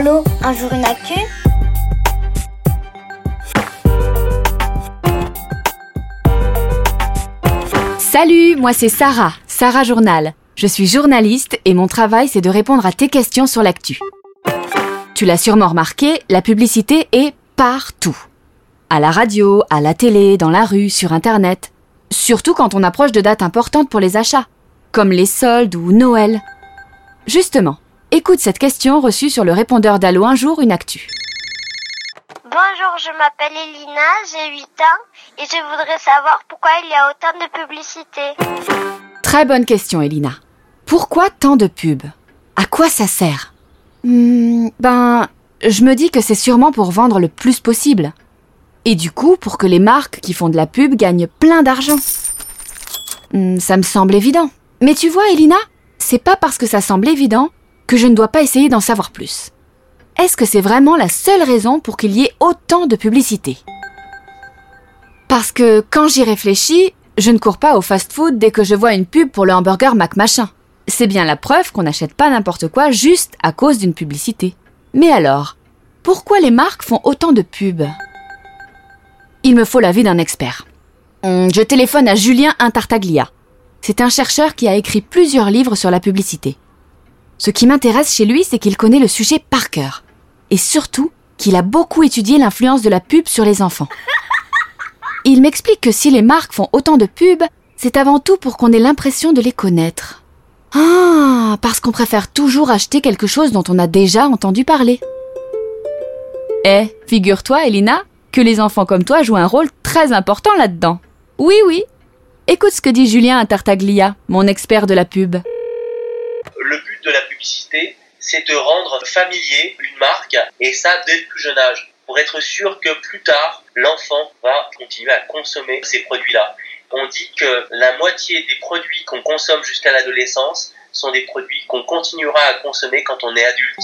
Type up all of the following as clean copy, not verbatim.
Allô, un jour une actu? Salut, moi c'est Sarah Journal. Je suis journaliste et mon travail c'est de répondre à tes questions sur l'actu. Tu l'as sûrement remarqué, la publicité est partout. À la radio, à la télé, dans la rue, sur Internet. Surtout quand on approche de dates importantes pour les achats, comme les soldes ou Noël. Justement, écoute cette question reçue sur le répondeur d'Allo un jour une actu. Bonjour, je m'appelle Elina, j'ai 8 ans et je voudrais savoir pourquoi il y a autant de publicité. Très bonne question, Elina. Pourquoi tant de pubs? À quoi ça sert? Je me dis que c'est sûrement pour vendre le plus possible. Et du coup, pour que les marques qui font de la pub gagnent plein d'argent. Ça me semble évident. Mais tu vois, Elina, c'est pas parce que ça semble évident que je ne dois pas essayer d'en savoir plus. Est-ce que c'est vraiment la seule raison pour qu'il y ait autant de publicité? Parce que quand j'y réfléchis, je ne cours pas au fast-food dès que je vois une pub pour le hamburger McMachin. C'est bien la preuve qu'on n'achète pas n'importe quoi juste à cause d'une publicité. Mais alors, pourquoi les marques font autant de pubs? Il me faut l'avis d'un expert. Je téléphone à Julien Intartaglia. C'est un chercheur qui a écrit plusieurs livres sur la publicité. Ce qui m'intéresse chez lui, c'est qu'il connaît le sujet par cœur. Et surtout, qu'il a beaucoup étudié l'influence de la pub sur les enfants. Il m'explique que si les marques font autant de pubs, c'est avant tout pour qu'on ait l'impression de les connaître. Ah, parce qu'on préfère toujours acheter quelque chose dont on a déjà entendu parler. Figure-toi, Elina, que les enfants comme toi jouent un rôle très important là-dedans. Oui. Écoute ce que dit Julien Intartaglia, mon expert de la pub. Le but de la publicité, c'est de rendre familier une marque, et ça dès le plus jeune âge, pour être sûr que plus tard, l'enfant va continuer à consommer ces produits-là. On dit que la moitié des produits qu'on consomme jusqu'à l'adolescence sont des produits qu'on continuera à consommer quand on est adulte.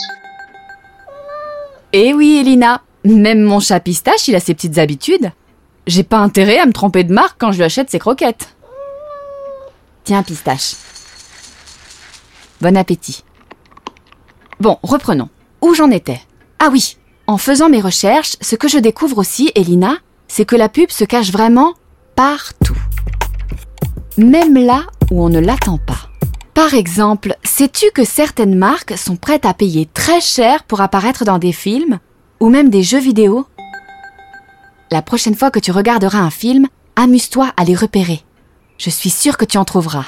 Eh oui, Elina, même mon chat Pistache, il a ses petites habitudes. J'ai pas intérêt à me tromper de marque quand je lui achète ses croquettes. Tiens, Pistache. Bon appétit. Bon, reprenons. Où j'en étais? Ah oui, en faisant mes recherches, ce que je découvre aussi, Elina, c'est que la pub se cache vraiment partout. Même là où on ne l'attend pas. Par exemple, sais-tu que certaines marques sont prêtes à payer très cher pour apparaître dans des films ou même des jeux vidéo? La prochaine fois que tu regarderas un film, amuse-toi à les repérer. Je suis sûre que tu en trouveras.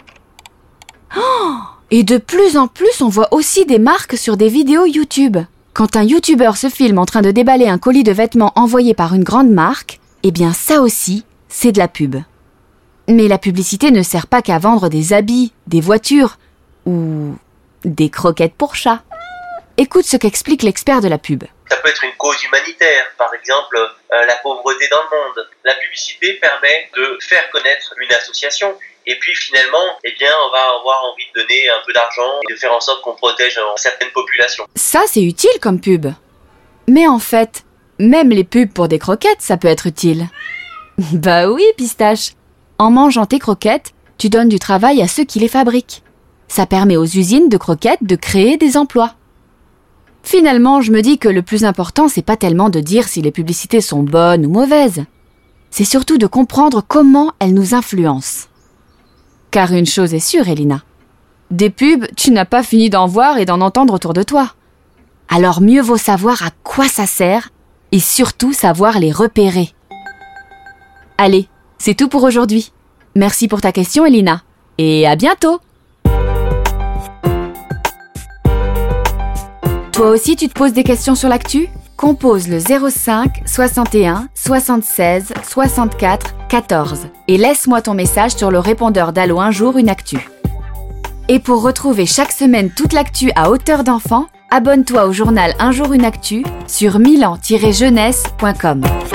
Et de plus en plus, on voit aussi des marques sur des vidéos YouTube. Quand un YouTuber se filme en train de déballer un colis de vêtements envoyé par une grande marque, eh bien ça aussi, c'est de la pub. Mais la publicité ne sert pas qu'à vendre des habits, des voitures ou des croquettes pour chat. Écoute ce qu'explique l'expert de la pub. Ça peut être une cause humanitaire, par exemple la pauvreté dans le monde. La publicité permet de faire connaître une association. Et puis finalement, on va avoir envie de donner un peu d'argent et de faire en sorte qu'on protège certaines populations. Ça, c'est utile comme pub. Mais en fait, même les pubs pour des croquettes, ça peut être utile. Bah oui, Pistache. En mangeant tes croquettes, tu donnes du travail à ceux qui les fabriquent. Ça permet aux usines de croquettes de créer des emplois. Finalement, je me dis que le plus important, c'est pas tellement de dire si les publicités sont bonnes ou mauvaises. C'est surtout de comprendre comment elles nous influencent. Car une chose est sûre, Elina. Des pubs, tu n'as pas fini d'en voir et d'en entendre autour de toi. Alors mieux vaut savoir à quoi ça sert et surtout savoir les repérer. Allez, c'est tout pour aujourd'hui. Merci pour ta question, Elina. Et à bientôt! Toi aussi, tu te poses des questions sur l'actu? Compose le 05 61 76 64 14 et laisse-moi ton message sur le répondeur d'Allo un jour une actu. Et pour retrouver chaque semaine toute l'actu à hauteur d'enfant, abonne-toi au journal Un jour une actu sur milan-jeunesse.com.